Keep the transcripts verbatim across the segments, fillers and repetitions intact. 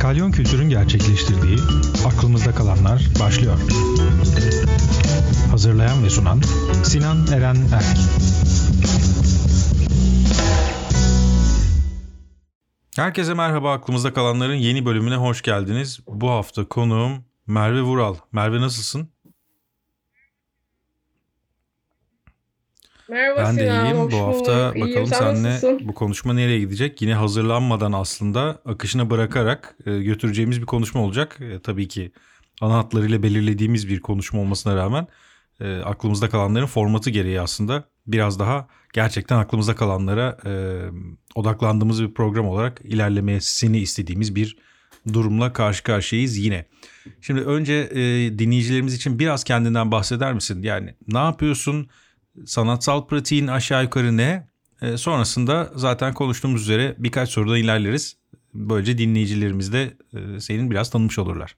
Kalyon Kültür'ün gerçekleştirdiği Aklımızda Kalanlar başlıyor. Hazırlayan ve sunan Sinan Eren Erk. Herkese merhaba, Aklımızda Kalanlar'ın yeni bölümüne hoş geldiniz. Bu hafta konuğum Merve Vural. Merve, nasılsın? Merhaba Ben de Sinan, iyiyim. hoş Bu hafta bulduk. İyiyim, bakalım sen seninle nasılsın? bu konuşma nereye gidecek? Yine hazırlanmadan aslında akışına bırakarak e, götüreceğimiz bir konuşma olacak. E, tabii ki ana hatlarıyla belirlediğimiz bir konuşma olmasına rağmen e, aklımızda kalanların formatı gereği aslında biraz daha gerçekten aklımızda kalanlara e, odaklandığımız bir program olarak ilerlemesini istediğimiz bir durumla karşı karşıyayız yine. Şimdi önce e, dinleyicilerimiz için biraz kendinden bahseder misin? Yani ne yapıyorsun? Sanatsal pratiğin aşağı yukarı ne? E, sonrasında zaten konuştuğumuz üzere birkaç sorudan ilerleriz. Böylece dinleyicilerimiz de e, senin biraz tanımış olurlar.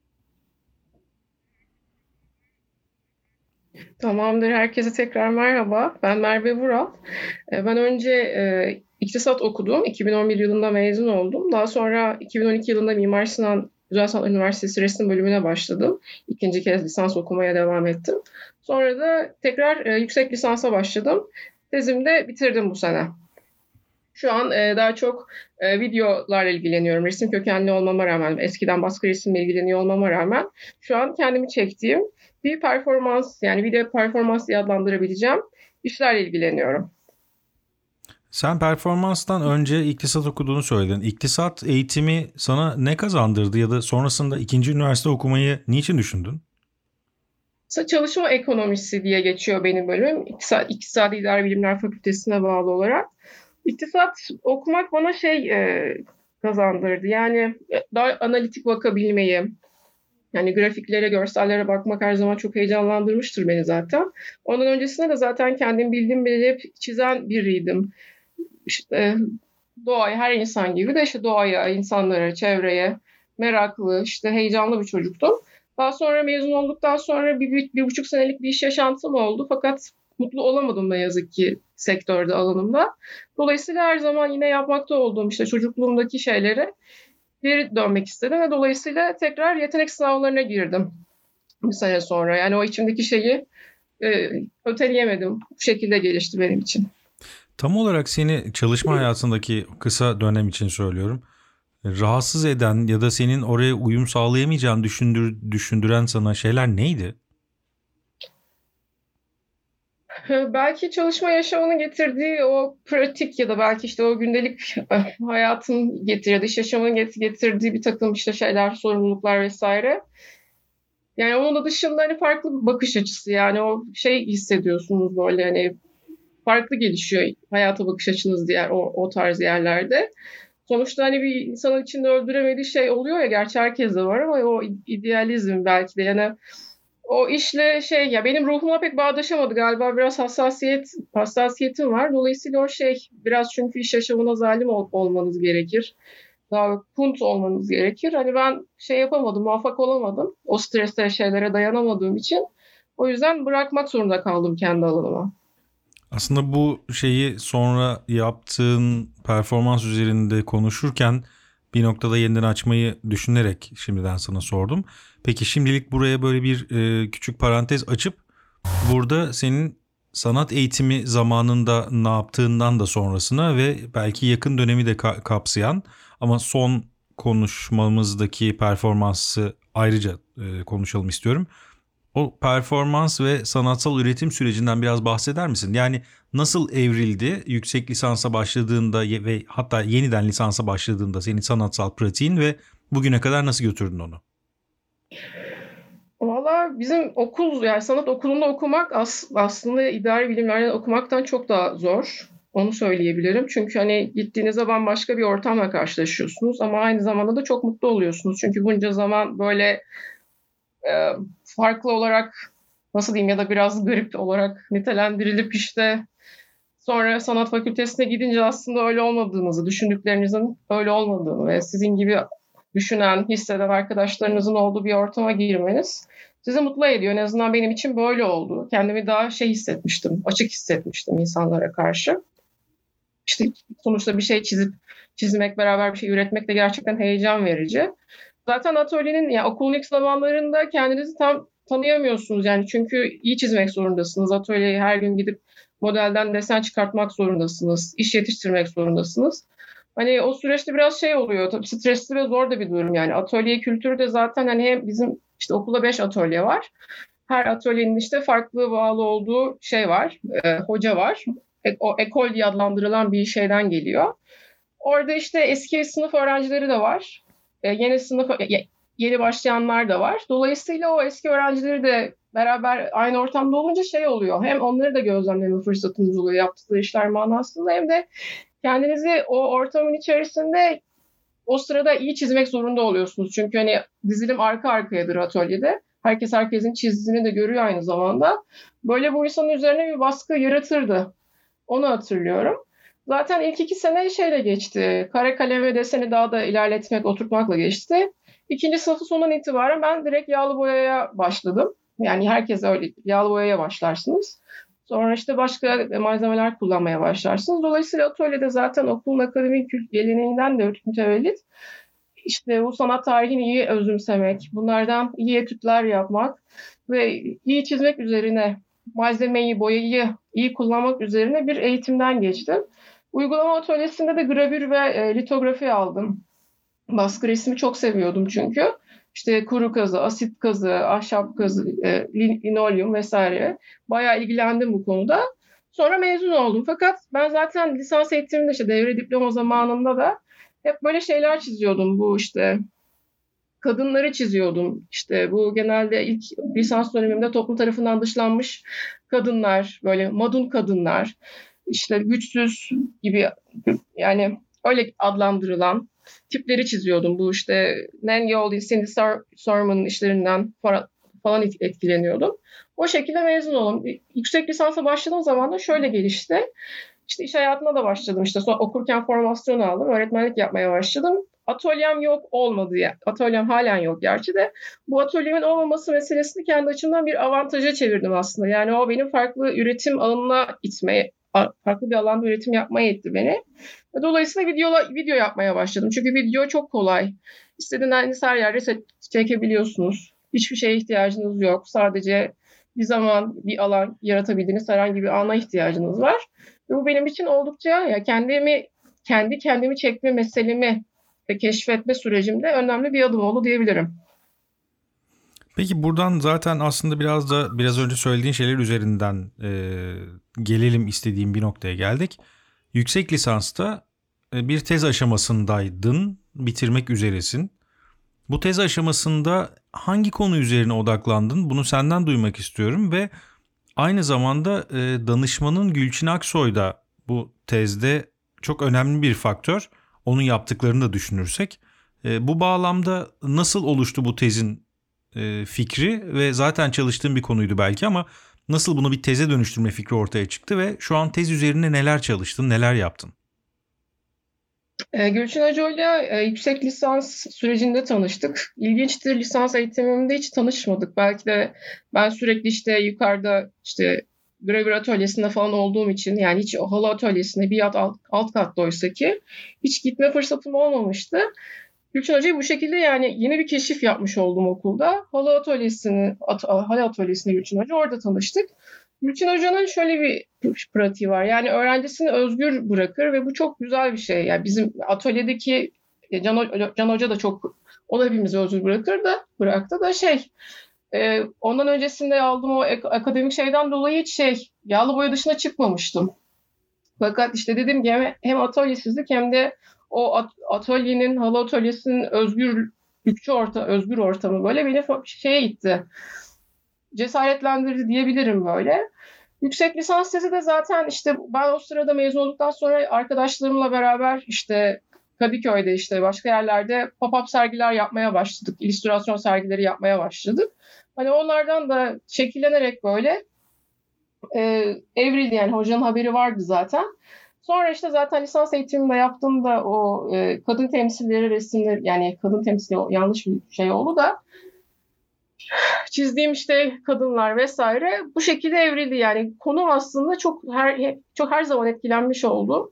Tamamdır, herkese tekrar merhaba. Ben Merve Vural. E, Ben önce e, iktisat okudum. iki bin on bir yılında mezun oldum. Daha sonra iki bin on iki yılında Mimar Sinan Güzel Sanatlar Üniversitesi Resim Bölümüne başladım. İkinci kez lisans okumaya devam ettim. Sonra da tekrar e, yüksek lisansa başladım. Tezimi de bitirdim bu sene. Şu an e, daha çok e, videolarla ilgileniyorum. Resim kökenli olmama rağmen, eskiden baskı resimle ilgileniyor olmama rağmen şu an kendimi çektiğim bir performans, yani video performans diye adlandırabileceğim işlerle ilgileniyorum. Sen performanstan önce iktisat okuduğunu söyledin. İktisat eğitimi sana ne kazandırdı ya da sonrasında ikinci üniversite okumayı niçin düşündün? Çalışma ekonomisi diye geçiyor benim bölümüm. İktisat, İktisadi İdari Bilimler Fakültesine bağlı olarak. İktisat okumak bana şey e, kazandırdı. Yani daha analitik bakabilmeyi, yani grafiklere, görsellere bakmak her zaman çok heyecanlandırmıştır beni zaten. Ondan öncesinde de zaten kendim bildiğim bileli hep çizen biriydim. İşte doğaya, her insan gibi de işte doğaya, insanlara, çevreye meraklı, işte heyecanlı bir çocuktum. Daha sonra mezun olduktan sonra bir, bir, bir buçuk senelik bir iş yaşantım oldu. Fakat mutlu olamadım ne yazık ki sektörde, alanımda. Dolayısıyla her zaman yine yapmakta olduğum işte çocukluğumdaki şeyleri geri dönmek istedim ve dolayısıyla tekrar yetenek sınavlarına girdim bir sene sonra. Yani o içimdeki şeyi e, öteleyemedim. Bu şekilde gelişti benim için. Tam olarak seni çalışma hayatındaki kısa dönem için söylüyorum. Rahatsız eden ya da senin oraya uyum sağlayamayacağını düşündür, düşündüren sana şeyler neydi? Belki çalışma yaşamının getirdiği o pratik ya da belki işte o gündelik hayatın getirdiği, iş yaşamının getirdiği bir takım işte şeyler, sorumluluklar vesaire. Yani onun da dışında hani farklı bir bakış açısı, yani o şey hissediyorsunuz böyle, hani farklı gelişiyor hayata bakış açınız diğer o, o tarz yerlerde. Sonuçta hani bir insanın içinde öldüremediği şey oluyor ya, gerçi herkeste var ama o idealizm belki de, yani o işle şey, ya benim ruhuma pek bağdaşamadı galiba, biraz hassasiyet hassasiyetim var. Dolayısıyla o şey biraz, çünkü iş yaşamına zalim ol, olmanız gerekir. Daha kunt olmanız gerekir. Hani ben şey yapamadım, muvaffak olamadım. O stresle şeylere dayanamadığım için. O yüzden bırakmak zorunda kaldım kendi alanıma. Aslında bu şeyi sonra yaptığın performans üzerinde konuşurken bir noktada yeniden açmayı düşünerek şimdiden sana sordum. Peki şimdilik buraya böyle bir e, küçük parantez açıp burada senin sanat eğitimi zamanında ne yaptığından da sonrasına ve belki yakın dönemi de ka- kapsayan ama son konuşmamızdaki performansı ayrıca e, konuşalım istiyorum. O performans ve sanatsal üretim sürecinden biraz bahseder misin? Yani nasıl evrildi yüksek lisansa başladığında ve hatta yeniden lisansa başladığında senin sanatsal pratiğin ve bugüne kadar nasıl götürdün onu? Valla bizim okul, yani sanat okulunda okumak as- aslında idari bilimlerden okumaktan çok daha zor. Onu söyleyebilirim. Çünkü hani gittiğinizde bambaşka bir ortamla karşılaşıyorsunuz ama aynı zamanda da çok mutlu oluyorsunuz. Çünkü bunca zaman böyle e, farklı olarak, nasıl diyeyim, ya da biraz garip olarak nitelendirilip işte sonra sanat fakültesine gidince aslında öyle olmadığınızı, düşündüklerinizin öyle olmadığını ve sizin gibi düşünen, hisseden arkadaşlarınızın olduğu bir ortama girmeniz sizi mutlu ediyor. En azından benim için böyle oldu. Kendimi daha şey hissetmiştim, açık hissetmiştim insanlara karşı. İşte sonuçta bir şey çizip çizmek, beraber bir şey üretmek de gerçekten heyecan verici. Zaten atölyenin, yani okulun ilk zamanlarında kendinizi tam tanıyamıyorsunuz yani, çünkü iyi çizmek zorundasınız. Atölyeye her gün gidip modelden desen çıkartmak zorundasınız. İş yetiştirmek zorundasınız. Hani o süreçte biraz şey oluyor. Tabii stresli ve zor da bir durum yani. Atölye kültürü de zaten hani hem bizim işte okulda beş atölye var. Her atölyenin işte farklı bağlı olduğu şey var. E, hoca var. E, o ekol diye adlandırılan bir şeyden geliyor. Orada işte eski sınıf öğrencileri de var. E, yeni sınıf yeni başlayanlar da var. Dolayısıyla o eski öğrencileri de beraber aynı ortamda olunca şey oluyor. Hem onları da gözlemleme fırsatınız oluyor yaptıkları işler manasında, hem de kendinizi o ortamın içerisinde o sırada iyi çizmek zorunda oluyorsunuz. Çünkü hani dizilim arka arkayadır atölyede. Herkes herkesin çizdiğini de görüyor aynı zamanda. Böyle bu insanın üzerine bir baskı yaratırdı. Onu hatırlıyorum. Zaten ilk iki sene şeyle geçti. Kare kalem ve deseni daha da ilerletmek, oturtmakla geçti. İkinci sınıfı sonundan itibaren ben direkt yağlı boyaya başladım. Yani herkes öyle yağlı boyaya başlarsınız. Sonra işte başka malzemeler kullanmaya başlarsınız. Dolayısıyla atölyede zaten okulun akademik geleneğinden de mütevellit işte bu sanat tarihini iyi özümsemek, bunlardan iyi etütler yapmak ve iyi çizmek üzerine, malzemeyi, boyayı iyi kullanmak üzerine bir eğitimden geçtim. Uygulama atölyesinde de gravür ve e, litografi aldım. Baskı resmi çok seviyordum çünkü. İşte kuru kazı, asit kazı, ahşap kazı, e, linolyum vesaire. Bayağı ilgilendim bu konuda. Sonra mezun oldum. Fakat ben zaten lisans eğitiminde işte devre diploma zamanında da hep böyle şeyler çiziyordum. Bu işte kadınları çiziyordum. İşte bu genelde ilk lisans dönemimde toplum tarafından dışlanmış kadınlar, böyle madun kadınlar, işte güçsüz gibi, yani öyle adlandırılan tipleri çiziyordum. Bu işte Nan Goldin, Cindy Sorman'ın işlerinden falan etkileniyordum. O şekilde mezun oldum. Yüksek lisansa başladığım zaman da şöyle gelişti. İşte iş hayatına da başladım. İşte sonra okurken formasyon aldım. Öğretmenlik yapmaya başladım. Atölyem yok olmadı yani. Atölyem halen yok gerçi de. Bu atölyemin olmaması meselesini kendi açımdan bir avantaja çevirdim aslında. Yani o benim farklı üretim alanına itmeye, farklı bir alanda üretim yapmaya itti beni. Dolayısıyla video, video yapmaya başladım. Çünkü video çok kolay. İstediğiniz her yerde çekebiliyorsunuz. Hiçbir şeye ihtiyacınız yok. Sadece bir zaman, bir alan yaratabildiğiniz herhangi bir ana ihtiyacınız var. Ve bu benim için oldukça ya kendimi kendi kendimi çekme meselemi ve keşfetme sürecimde önemli bir adım oldu diyebilirim. Peki buradan zaten aslında biraz da biraz önce söylediğin şeyler üzerinden e, gelelim istediğim bir noktaya geldik. Yüksek lisansta e, bir tez aşamasındaydın, bitirmek üzeresin. Bu tez aşamasında hangi konu üzerine odaklandın? Bunu senden duymak istiyorum ve aynı zamanda e, danışmanın Gülçin Aksoy da bu tezde çok önemli bir faktör. Onun yaptıklarını da düşünürsek. E, bu bağlamda nasıl oluştu bu tezin e, fikri ve zaten çalıştığım bir konuydu belki ama nasıl bunu bir teze dönüştürme fikri ortaya çıktı ve şu an tez üzerine neler çalıştın, neler yaptın? E, Gülçin Hoca'yla e, yüksek lisans sürecinde tanıştık. İlginçtir, lisans eğitimimde hiç tanışmadık. Belki de ben sürekli işte yukarıda işte gravür atölyesinde falan olduğum için, yani hiç o halı atölyesinde bir alt, alt, alt katta oysa ki hiç gitme fırsatım olmamıştı. Gülçin Hoca'yı bu şekilde yani yeni bir keşif yapmış oldum okulda. Halı atölyesini, at, halı atölyesinde Gülçin Hoca, orada tanıştık. Gülçin Hoca'nın şöyle bir pratiği var. Yani öğrencisini özgür bırakır ve bu çok güzel bir şey. Yani bizim atölyedeki Can, Can Hoca da çok, o da hepimizi özgür bırakır da bıraktı da şey, e, ondan öncesinde aldığım o akademik şeyden dolayı hiç şey yağlı boya dışına çıkmamıştım. Fakat işte dediğim gibi hem atölyesizlik hem de o atölyenin, halı atölyesinin özgürlükçü orta, özgür ortamı böyle beni şeye gitti. Cesaretlendirdi diyebilirim böyle. Yüksek lisans tezi de zaten işte ben o sırada mezun olduktan sonra arkadaşlarımla beraber işte Kadıköy'de işte başka yerlerde pop-up sergiler yapmaya başladık. İllüstrasyon sergileri yapmaya başladık. Hani onlardan da şekillenerek böyle e, evrildi, yani hocanın haberi vardı zaten. Sonra işte zaten lisans eğitiminde yaptığımda o e, kadın temsilleri resimleri, yani kadın temsili yanlış bir şey oldu da çizdiğim işte kadınlar vesaire bu şekilde evrildi. Yani konu aslında çok her çok her zaman etkilenmiş oldum.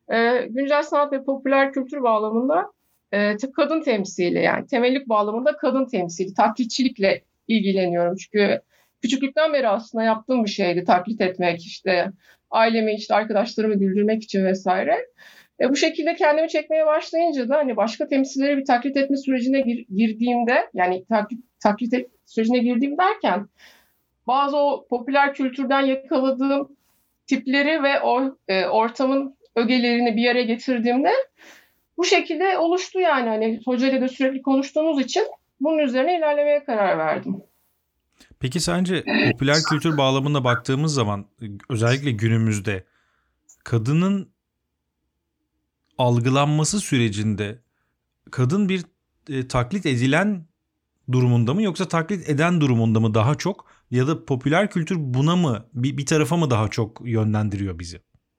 e, güncel sanat ve popüler kültür bağlamında e, kadın temsili, yani temellik bağlamında kadın temsili, taklitçilikle ilgileniyorum. Çünkü küçüklükten beri aslında yaptığım bir şeydi taklit etmek, işte ailemi, işte arkadaşlarımı güldürmek için vesaire. E, bu şekilde kendimi çekmeye başlayınca da hani başka temsilleri bir taklit etme sürecine gir, girdiğimde, yani taklit, taklit et, sürecine girdiğim derken bazı o popüler kültürden yakaladığım tipleri ve o e, ortamın ögelerini bir yere getirdiğimde bu şekilde oluştu yani. Hani hocayla da sürekli konuştuğumuz için bunun üzerine ilerlemeye karar verdim. Peki sence popüler kültür bağlamında baktığımız zaman özellikle günümüzde kadının algılanması sürecinde kadın bir e, taklit edilen durumunda mı yoksa taklit eden durumunda mı daha çok, ya da popüler kültür buna mı bir, bir tarafa mı daha çok yönlendiriyor bizi?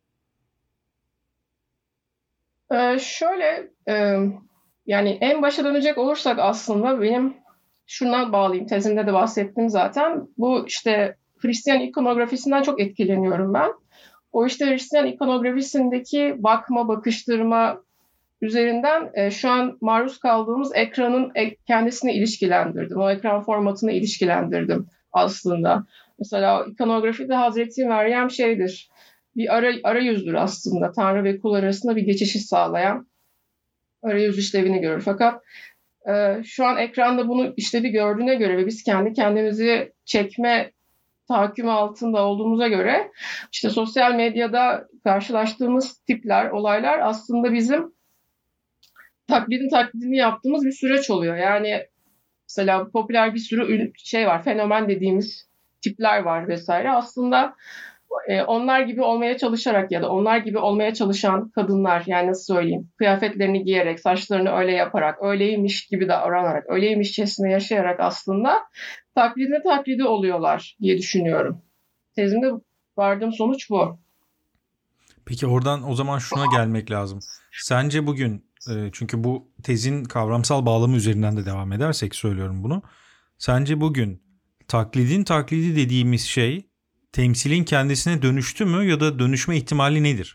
Ee, şöyle e, yani en başa dönecek olursak aslında benim şundan bağlayayım, tezimde de bahsettim zaten. Bu işte Hristiyan ikonografisinden çok etkileniyorum ben. O işte Hristiyan ikonografisindeki bakma, bakıştırma üzerinden e, şu an maruz kaldığımız ekranın e, kendisini ilişkilendirdim. O ekran formatını ilişkilendirdim aslında. Mesela ikonografide Hazreti Meryem şeydir, bir ara, arayüzdür aslında. Tanrı ve kul arasında bir geçişi sağlayan arayüz işlevini görür. Fakat e, şu an ekranda bunu işlevi gördüğüne göre ve biz kendi kendimizi çekme tahakkümü altında olduğumuza göre işte sosyal medyada karşılaştığımız tipler, olaylar aslında bizim taklidin taklidini yaptığımız bir süreç oluyor. Yani mesela popüler bir sürü şey var, fenomen dediğimiz tipler var vesaire. Aslında e, onlar gibi olmaya çalışarak ya da onlar gibi olmaya çalışan kadınlar, yani nasıl söyleyeyim, kıyafetlerini giyerek, saçlarını öyle yaparak, öyleymiş gibi davranarak, öyleymişçesine yaşayarak aslında taklidine taklidi oluyorlar diye düşünüyorum. Tezimde vardığım sonuç bu. Peki oradan o zaman şuna gelmek lazım. Sence bugün, çünkü bu tezin kavramsal bağlamı üzerinden de devam edersek söylüyorum bunu. Sence bugün taklidin taklidi dediğimiz şey temsilin kendisine dönüştü mü ya da dönüşme ihtimali nedir?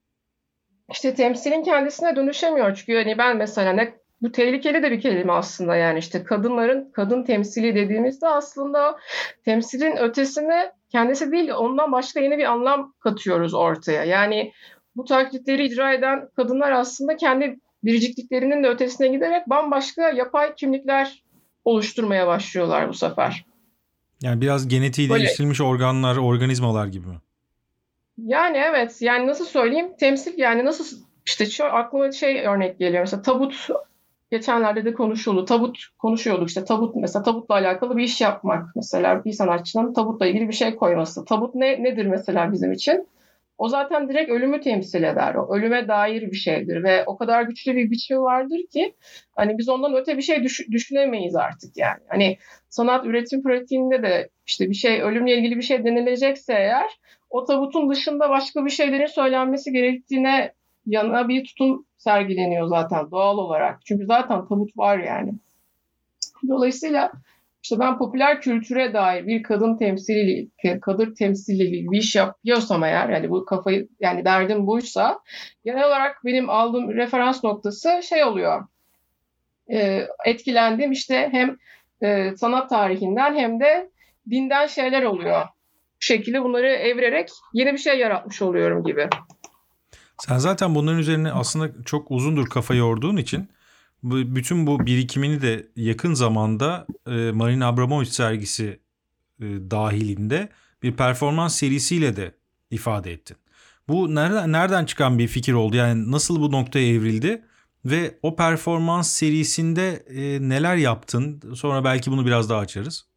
İşte temsilin kendisine dönüşemiyor. Çünkü hani ben mesela ne, bu tehlikeli de bir kelime aslında, yani işte kadınların kadın temsili dediğimizde aslında temsilin ötesine kendisi değil ondan başka yeni bir anlam katıyoruz ortaya. Yani bu taklitleri icra eden kadınlar aslında kendi biricikliklerinin de ötesine giderek bambaşka yapay kimlikler oluşturmaya başlıyorlar bu sefer. Yani biraz genetiği Böyle, değiştirilmiş organlar, organizmalar gibi mi? yani evet, yani nasıl söyleyeyim, temsil, yani nasıl, işte şu aklıma şey örnek geliyor, mesela tabut, geçenlerde de konuşuldu, tabut konuşuyorduk, işte tabut, mesela tabutla alakalı bir iş yapmak, mesela bir sanatçının tabutla ilgili bir şey koyması. Tabut ne nedir mesela bizim için? O zaten direkt ölümü temsil eder. O ölüme dair bir şeydir ve o kadar güçlü bir biçimi vardır ki hani biz ondan öte bir şey düş- düşünemeyiz artık yani. Hani sanat üretim pratiğinde de işte bir şey, ölümle ilgili bir şey denilecekse eğer, o tabutun dışında başka bir şeylerin söylenmesi gerektiğine yana bir tutum sergileniyor zaten doğal olarak. Çünkü zaten tabut var yani. Dolayısıyla işte ben popüler kültüre dair bir kadın temsili, kadın temsili bir iş yapıyorsam eğer, yani bu kafayı, yani derdim buysa, genel olarak benim aldığım referans noktası şey oluyor. E, etkilendiğim işte hem e, sanat tarihinden hem de dinden şeyler oluyor. Bu şekilde bunları evirerek yeni bir şey yaratmış oluyorum gibi. Sen zaten bunların üzerine aslında çok uzundur kafa yorduğun için bütün bu birikimini de yakın zamanda Marina Abramović sergisi dahilinde bir performans serisiyle de ifade ettin. Bu nereden nereden çıkan bir fikir oldu? Yani nasıl bu noktaya evrildi ve o performans serisinde neler yaptın? Sonra belki bunu biraz daha açarız.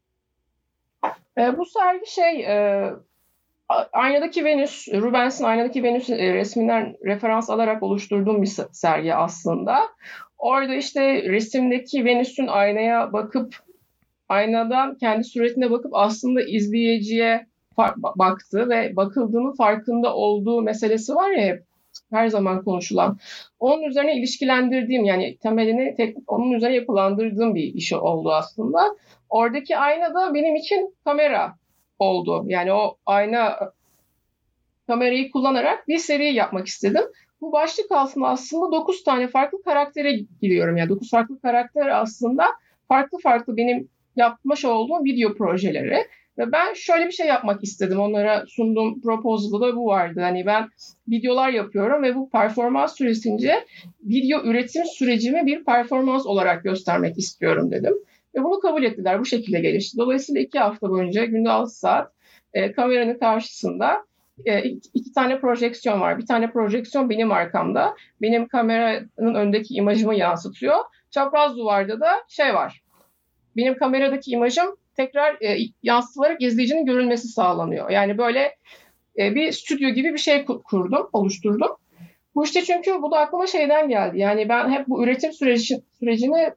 E, bu sergi şey, e, Aynadaki Venüs, Rubens'in Aynadaki Venüs resminden referans alarak oluşturduğum bir sergi aslında. Orada işte resimdeki Venüs'ün aynaya bakıp, aynadan kendi suretine bakıp aslında izleyiciye baktı ve bakıldığının farkında olduğu meselesi var ya, her zaman konuşulan. Onun üzerine ilişkilendirdiğim, yani temelini tek, onun üzerine yapılandırdığım bir iş oldu aslında. Oradaki ayna da benim için kamera oldu. Yani o ayna kamerayı kullanarak bir seri yapmak istedim. Bu başlık altında aslında dokuz tane farklı karaktere giriyorum. Yani dokuz farklı karakter aslında farklı farklı benim yapmış olduğum video projeleri. Ve ben şöyle bir şey yapmak istedim. Onlara sunduğum proposal'da da bu vardı. Hani ben videolar yapıyorum ve bu performans süresince video üretim sürecimi bir performans olarak göstermek istiyorum dedim. Ve bunu kabul ettiler. Bu şekilde gelişti. Dolayısıyla iki hafta boyunca günde altı saat e, kameranın karşısında e, iki, iki tane projeksiyon var. Bir tane projeksiyon benim arkamda. Benim kameranın öndeki imajımı yansıtıyor. Çapraz duvarda da şey var. Benim kameradaki imajım tekrar e, yansıtılarak izleyicinin görülmesi sağlanıyor. Yani böyle e, bir stüdyo gibi bir şey kurdum, oluşturdum. Bu işte çünkü bu da aklıma şeyden geldi. Yani ben hep bu üretim süreci, sürecini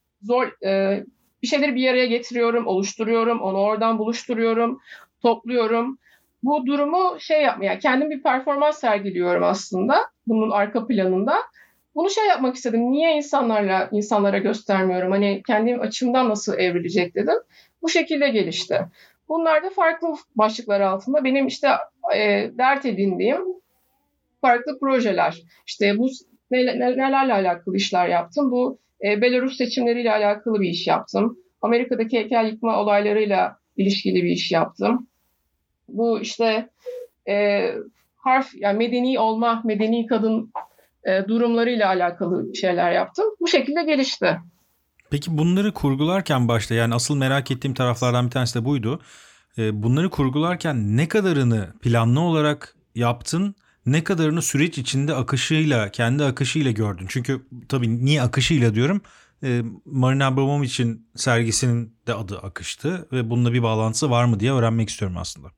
zor e, bir şeyleri bir araya getiriyorum, oluşturuyorum, onu oradan buluşturuyorum, topluyorum. Bu durumu şey yapmaya, kendim bir performans sergiliyorum aslında bunun arka planında. Bunu şey yapmak istedim. Niye insanlarla insanlara göstermiyorum? Hani kendim açımdan nasıl evrilecek dedim. Bu şekilde gelişti. Bunlar da farklı başlıklar altında benim işte e, dert edindiğim farklı projeler. İşte bu nelerle alakalı işler yaptım. Bu e, Belarus seçimleriyle alakalı bir iş yaptım. Amerika'daki heykel yıkma olaylarıyla ilişkili bir iş yaptım. Bu işte e, harf yani medeni olma, medeni kadın e, durumlarıyla alakalı şeyler yaptım. Bu şekilde gelişti. Peki bunları kurgularken başta, yani asıl merak ettiğim taraflardan bir tanesi de buydu. E, bunları kurgularken ne kadarını planlı olarak yaptın? Ne kadarını süreç içinde akışıyla, kendi akışıyla gördün? Çünkü tabii niye akışıyla diyorum? E, Marina Abramovich'in sergisinin de adı Akış'tı ve bununla bir bağlantısı var mı diye öğrenmek istiyorum aslında.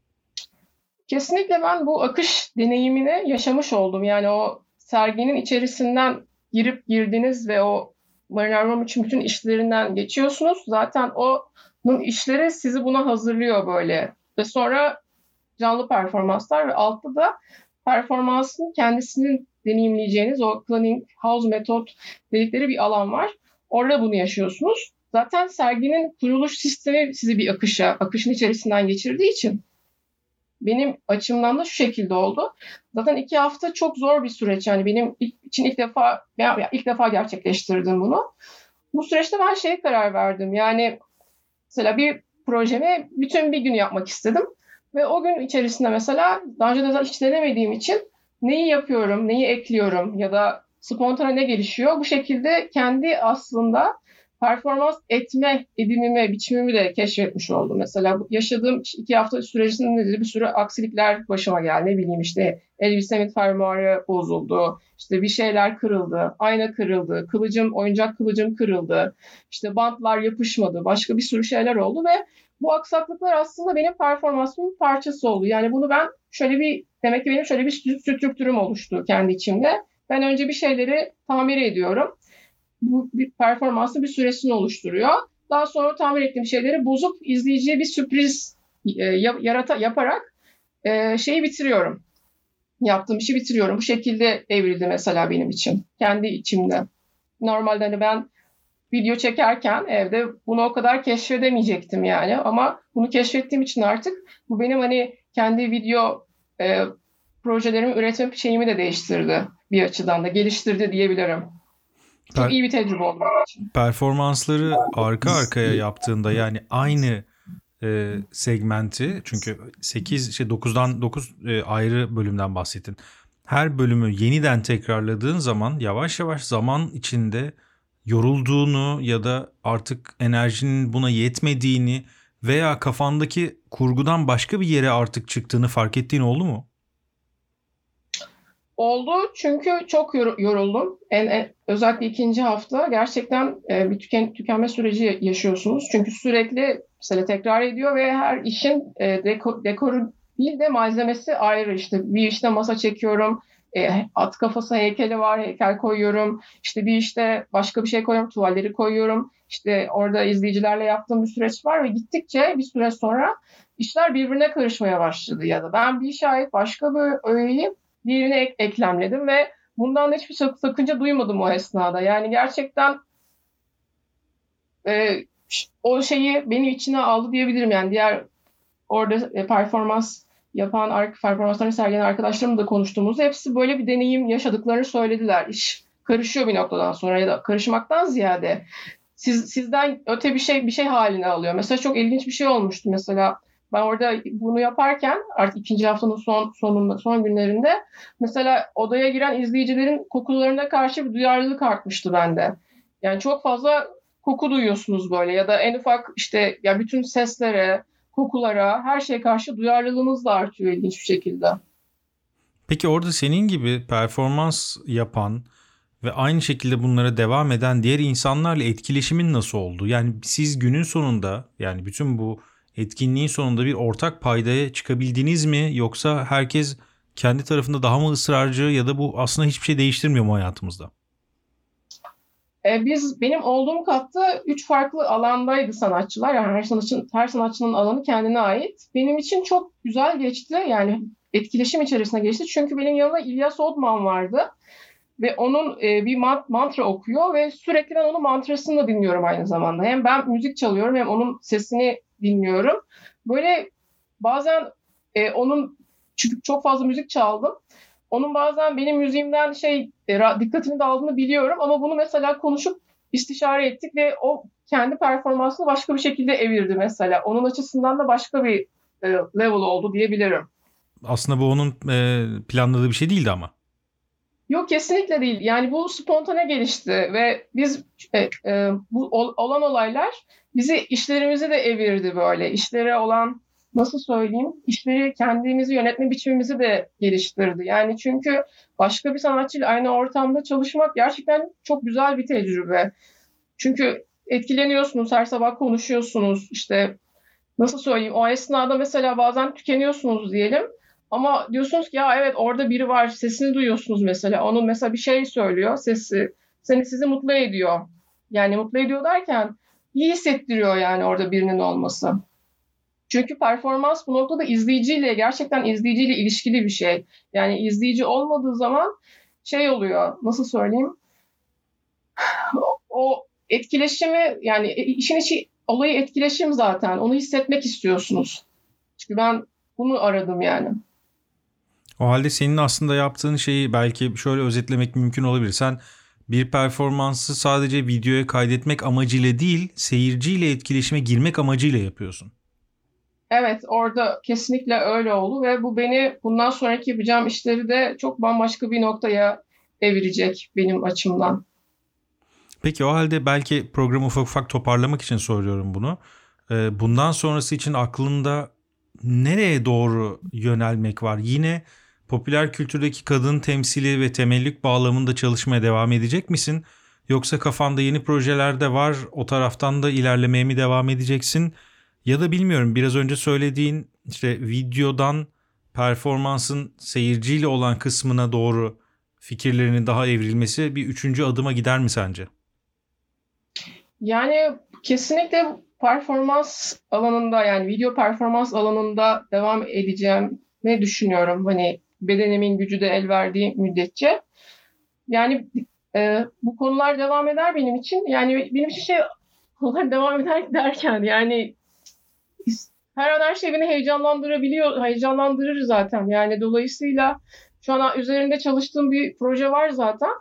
Kesinlikle ben bu akış deneyimini yaşamış oldum. Yani o serginin içerisinden girip girdiniz ve o Marina Abramovich'in bütün işlerinden geçiyorsunuz. Zaten onun işleri sizi buna hazırlıyor böyle. Ve sonra canlı performanslar ve altta da performansın kendisinin deneyimleyeceğiniz o cleaning house metot dedikleri bir alan var. Orada bunu yaşıyorsunuz. Zaten serginin kuruluş sistemi sizi bir akışa, akışın içerisinden geçirdiği için benim açımdan da şu şekilde oldu. Zaten iki hafta çok zor bir süreç. Yani benim için ilk defa ilk defa gerçekleştirdim bunu. Bu süreçte ben şeye karar verdim. Yani mesela bir projemi bütün bir gün yapmak istedim. Ve o gün içerisinde mesela daha önce de hiç denemediğim için neyi yapıyorum, neyi ekliyorum ya da spontane ne gelişiyor. Bu şekilde kendi aslında performans etme edinimi, biçimimi de keşfetmiş oldum. Mesela yaşadığım iki hafta sürecinde bir sürü aksilikler başıma geldi. Ne bileyim işte elbisemin fermuarı bozuldu, işte bir şeyler kırıldı, ayna kırıldı, kılıcım, oyuncak kılıcım kırıldı, işte bantlar yapışmadı, başka bir sürü şeyler oldu ve bu aksaklıklar aslında benim performansımın parçası oldu. Yani bunu ben şöyle bir, demek ki benim şöyle bir strüktürüm oluştu kendi içimde. Ben önce bir şeyleri tamir ediyorum. Bu bir performansı bir süresini oluşturuyor. Daha sonra tamir ettiğim şeyleri bozup izleyiciye bir sürpriz e, yarata yaparak e, şeyi bitiriyorum. Yaptığım işi bitiriyorum. Bu şekilde evrildi mesela benim için. Kendi içimde. Normalde hani ben video çekerken evde bunu o kadar keşfedemeyecektim yani. Ama bunu keşfettiğim için artık bu benim hani kendi video e, projelerimi üretme şeyimi de değiştirdi bir açıdan da. Geliştirdi diyebilirim. Çok Per- iyi bir tecrübe oldu benim için. Performansları arka arkaya yaptığında, yani aynı e, segmenti, çünkü sekiz şey dokuzdan dokuz e, ayrı bölümden bahsettin. Her bölümü yeniden tekrarladığın zaman yavaş yavaş zaman içinde yorulduğunu ya da artık enerjinin buna yetmediğini veya kafandaki kurgudan başka bir yere artık çıktığını fark ettiğin oldu mu? Oldu çünkü çok yoruldum. En, en, özellikle ikinci hafta gerçekten e, bir tüken, tükenme süreci yaşıyorsunuz. Çünkü sürekli mesela tekrar ediyor ve her işin e, deko, dekoru değil de malzemesi ayrı. İşte bir işte masa çekiyorum, e, at kafası heykeli var, heykel koyuyorum. İşte bir işte başka bir şey koyuyorum, tuvalleri koyuyorum. İşte orada izleyicilerle yaptığım bir süreç var ve gittikçe bir süre sonra işler birbirine karışmaya başladı ya da ben bir işe ait başka bir öğeyi diğerine ek- eklemledim ve bundan da hiçbir sak- sakınca duymadım o esnada. Yani gerçekten e, o şeyi benim içine aldı diyebilirim. Yani diğer orada e, performans yapan performanslarını sergileyen arkadaşlarımla da konuştuğumuzda hepsi böyle bir deneyim yaşadıklarını söylediler. İş karışıyor bir noktadan sonra ya da karışmaktan ziyade siz, sizden öte bir şey bir şey haline alıyor. Mesela çok ilginç bir şey olmuştu mesela. Ben orada bunu yaparken artık ikinci haftanın son sonunda son günlerinde mesela odaya giren izleyicilerin kokularına karşı bir duyarlılık artmıştı bende. Yani çok fazla koku duyuyorsunuz böyle ya da en ufak işte ya bütün seslere, kokulara, her şeye karşı duyarlılığınız da artıyor ilginç bir şekilde. Peki orada senin gibi performans yapan ve aynı şekilde bunlara devam eden diğer insanlarla etkileşimin nasıl oldu? Yani siz günün sonunda, yani bütün bu etkinliğin sonunda bir ortak paydaya çıkabildiniz mi? Yoksa herkes kendi tarafında daha mı ısrarcı ya da bu aslında hiçbir şey değiştirmiyor mu hayatımızda? E, biz benim olduğum katta üç farklı alandaydı sanatçılar. Yani her sanatçının her sanatçının alanı kendine ait. Benim için çok güzel geçti. Yani etkileşim içerisine geçti. Çünkü benim yanımda İlyas Odman vardı. Ve onun e, bir mantra okuyor ve sürekli ben onun mantrasını da dinliyorum aynı zamanda. Hem ben müzik çalıyorum hem onun sesini dinliyorum. Böyle bazen e, onun, çünkü çok fazla müzik çaldım. Onun bazen benim müziğimden şey e, dikkatini daldığını biliyorum ama bunu mesela konuşup istişare ettik ve o kendi performansını başka bir şekilde evirdi mesela. Onun açısından da başka bir e, level oldu diyebilirim. Aslında bu onun e, planladığı bir şey değildi ama. Yok, kesinlikle değil. Yani bu spontane gelişti ve biz e, e, bu olan olaylar bizi işlerimizi de evirdi böyle. İşlere olan, nasıl söyleyeyim, işleri kendimizi yönetme biçimimizi de geliştirdi. Yani çünkü başka bir sanatçıyla aynı ortamda çalışmak gerçekten çok güzel bir tecrübe. Çünkü etkileniyorsunuz, her sabah konuşuyorsunuz. İşte nasıl söyleyeyim, o esnada mesela bazen tükeniyorsunuz diyelim. Ama diyorsunuz ki ya evet orada biri var, sesini duyuyorsunuz mesela. Onun mesela bir şey söylüyor, sesi seni sizi mutlu ediyor. Yani mutlu ediyor derken iyi hissettiriyor yani orada birinin olması. Çünkü performans bu noktada izleyiciyle, gerçekten izleyiciyle ilişkili bir şey. Yani izleyici olmadığı zaman şey oluyor, nasıl söyleyeyim? O etkileşimi, yani işin içi olayı etkileşim zaten. Onu hissetmek istiyorsunuz. Çünkü ben bunu aradım yani. O halde senin aslında yaptığın şeyi belki şöyle özetlemek mümkün olabilir. Sen bir performansı sadece videoya kaydetmek amacıyla değil, seyirciyle etkileşime girmek amacıyla yapıyorsun. Evet, orada kesinlikle öyle oldu ve bu beni bundan sonraki yapacağım işleri de çok bambaşka bir noktaya evirecek benim açımdan. Peki o halde belki programı ufak ufak toparlamak için soruyorum bunu. Ee, Bundan sonrası için aklında nereye doğru yönelmek var? Yine popüler kültürdeki kadın temsili ve temellük bağlamında çalışmaya devam edecek misin? Yoksa kafanda yeni projeler de var, o taraftan da ilerlemeye mi devam edeceksin? Ya da bilmiyorum, biraz önce söylediğin işte videodan performansın seyirciyle olan kısmına doğru fikirlerinin daha evrilmesi bir üçüncü adıma gider mi sence? Yani kesinlikle performans alanında, yani video performans alanında devam edeceğimi düşünüyorum. Hani bedenimin gücü de el verdiği müddetçe. Yani e, bu konular devam eder benim için. Yani benim için şey konular devam eder derken yani her an her şey beni heyecanlandırabiliyor, heyecanlandırır zaten. Yani dolayısıyla şu an üzerinde çalıştığım bir proje var zaten.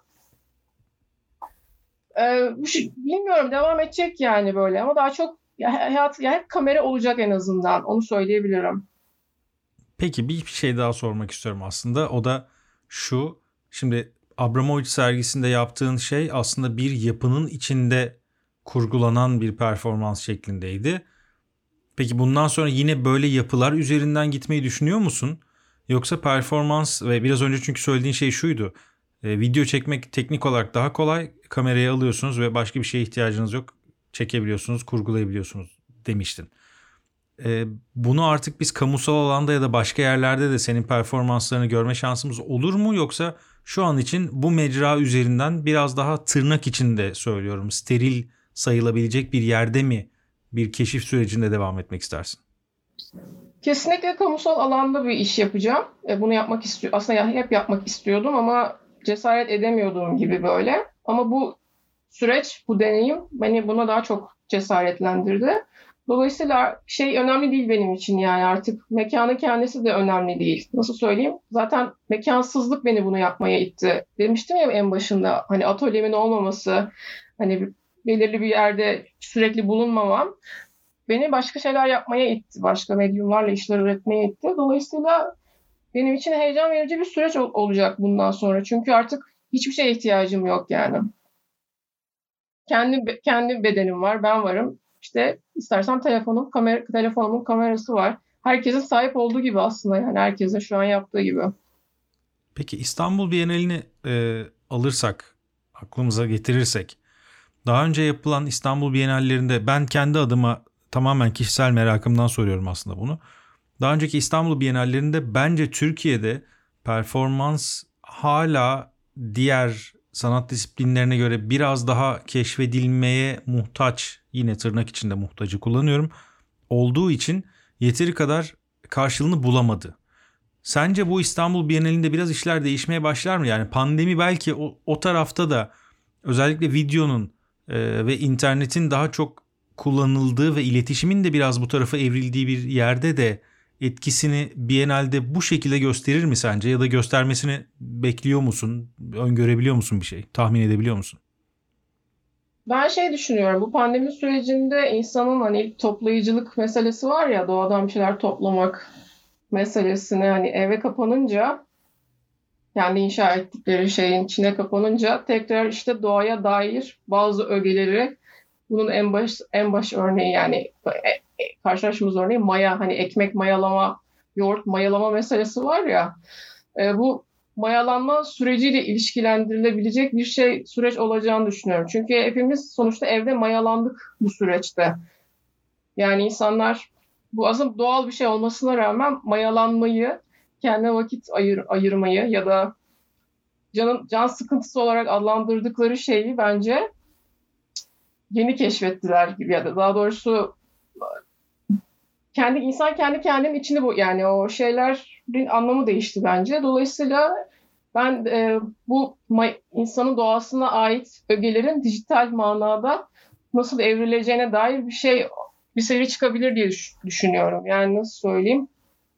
Ee, bilmiyorum, devam edecek yani böyle ama daha çok ya, hayat ya hep kamera olacak en azından, onu söyleyebilirim. Peki bir şey daha sormak istiyorum aslında. O da şu. Şimdi Abramovich sergisinde yaptığın şey aslında bir yapının içinde kurgulanan bir performans şeklindeydi. Peki bundan sonra yine böyle yapılar üzerinden gitmeyi düşünüyor musun? Yoksa performans ve biraz önce çünkü söylediğin şey şuydu. E, video çekmek teknik olarak daha kolay. Kamerayı alıyorsunuz ve başka bir şeye ihtiyacınız yok. Çekebiliyorsunuz, kurgulayabiliyorsunuz demiştin. E, bunu artık biz kamusal alanda ya da başka yerlerde de senin performanslarını görme şansımız olur mu? Yoksa şu an için bu mecra üzerinden biraz daha tırnak içinde söylüyorum, steril sayılabilecek bir yerde mi bir keşif sürecinde devam etmek istersin? Kesinlikle kamusal alanda bir iş yapacağım. E, bunu yapmak istiyorum. Aslında hep yapmak istiyordum ama cesaret edemiyordum gibi böyle. Ama bu süreç, bu deneyim beni buna daha çok cesaretlendirdi. Dolayısıyla şey önemli değil benim için, yani artık mekanın kendisi de önemli değil. Nasıl söyleyeyim? Zaten mekansızlık beni bunu yapmaya itti. Demiştim ya en başında, hani atölyemin olmaması, hani belirli bir yerde sürekli bulunmamam beni başka şeyler yapmaya itti. Başka medyumlarla işler üretmeye itti. Dolayısıyla benim için heyecan verici bir süreç olacak bundan sonra. Çünkü artık hiçbir şeye ihtiyacım yok yani. Kendi kendi bedenim var, ben varım. İşte istersen telefonum, kamera, telefonumun kamerası var. Herkesin sahip olduğu gibi aslında, yani herkesin şu an yaptığı gibi. Peki İstanbul Bienalini e, alırsak, aklımıza getirirsek, daha önce yapılan İstanbul Bienallerinde, ben kendi adıma tamamen kişisel merakımdan soruyorum aslında bunu. Daha önceki İstanbul Bienallerinde bence Türkiye'de performans hala diğer sanat disiplinlerine göre biraz daha keşfedilmeye muhtaç, yine tırnak içinde muhtacı kullanıyorum, olduğu için yeteri kadar karşılığını bulamadı. Sence bu İstanbul Bienalinde biraz işler değişmeye başlar mı? Yani pandemi belki o, o tarafta da özellikle videonun e, ve internetin daha çok kullanıldığı ve iletişimin de biraz bu tarafa evrildiği bir yerde de etkisini Bienalde bu şekilde gösterir mi sence? Ya da göstermesini bekliyor musun? Öngörebiliyor musun bir şey? Tahmin edebiliyor musun? Ben şey düşünüyorum, bu pandemi sürecinde insanın hani toplayıcılık meselesi var ya, doğadan bir şeyler toplamak meselesini, hani eve kapanınca, kendi inşa ettikleri şeyin içine kapanınca tekrar işte doğaya dair bazı ögeleri, bunun en baş en baş örneği, yani e, e, karşılaştığımız örneği maya, hani ekmek mayalama, yoğurt mayalama meselesi var ya, e, bu mayalanma süreciyle ilişkilendirilebilecek bir şey, süreç olacağını düşünüyorum. Çünkü hepimiz sonuçta evde mayalandık bu süreçte. Yani insanlar, bu aslında doğal bir şey olmasına rağmen mayalanmayı, kendine vakit ayır, ayırmayı ya da canın can sıkıntısı olarak adlandırdıkları şeyi bence yeni keşfettiler gibi, ya da daha doğrusu kendi insan kendi kendinin içini, bu yani o şeylerin anlamı değişti bence. Dolayısıyla ben e, bu ma- insanın doğasına ait ögelerin dijital manada nasıl evrileceğine dair bir şey, bir seri çıkabilir diye düş- düşünüyorum. Yani nasıl söyleyeyim?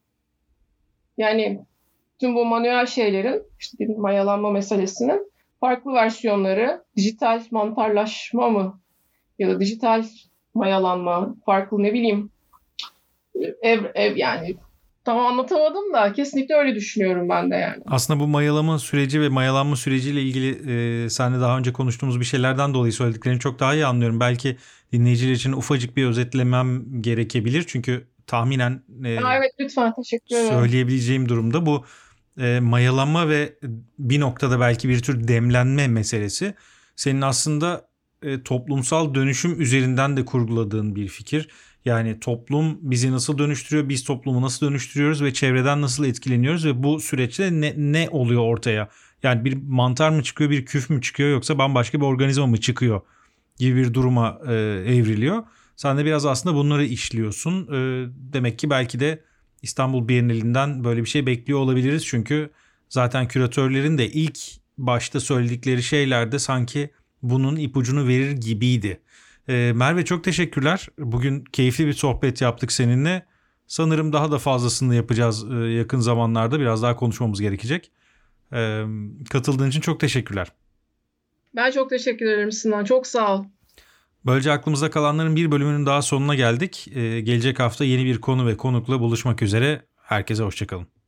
Yani tüm bu manuel şeylerin, işte dediğim mayalanma meselesinin farklı versiyonları, dijital mantarlaşma mı ya da dijital mayalanma, farklı ne bileyim, ev, ev yani tam anlatamadım da kesinlikle öyle düşünüyorum ben de yani. Aslında bu mayalama süreci ve mayalanma süreciyle ilgili e, seninle daha önce konuştuğumuz bir şeylerden dolayı söylediklerini çok daha iyi anlıyorum. Belki dinleyiciler için ufacık bir özetlemem gerekebilir. Çünkü tahminen e, Aa, evet, lütfen, teşekkür ederim. söyleyebileceğim durumda bu e, mayalanma ve bir noktada belki bir tür demlenme meselesi. Senin aslında e, toplumsal dönüşüm üzerinden de kurguladığın bir fikir. Yani toplum bizi nasıl dönüştürüyor, biz toplumu nasıl dönüştürüyoruz ve çevreden nasıl etkileniyoruz ve bu süreçte ne, ne oluyor ortaya? Yani bir mantar mı çıkıyor, bir küf mü çıkıyor, yoksa bambaşka bir organizma mı çıkıyor gibi bir duruma e, evriliyor. Sen de biraz aslında bunları işliyorsun. E, demek ki belki de İstanbul Bienalinden böyle bir şey bekliyor olabiliriz. Çünkü zaten küratörlerin de ilk başta söyledikleri şeyler de sanki bunun ipucunu verir gibiydi. Ee, Merve, çok teşekkürler. Bugün keyifli bir sohbet yaptık seninle. Sanırım daha da fazlasını yapacağız ee, yakın zamanlarda. Biraz daha konuşmamız gerekecek. Ee, katıldığın için çok teşekkürler. Ben çok teşekkür ederim Sinan. Çok sağ ol. Böylece aklımızda kalanların bir bölümünün daha sonuna geldik. Ee, gelecek hafta yeni bir konu ve konukla buluşmak üzere. Herkese hoşça kalın.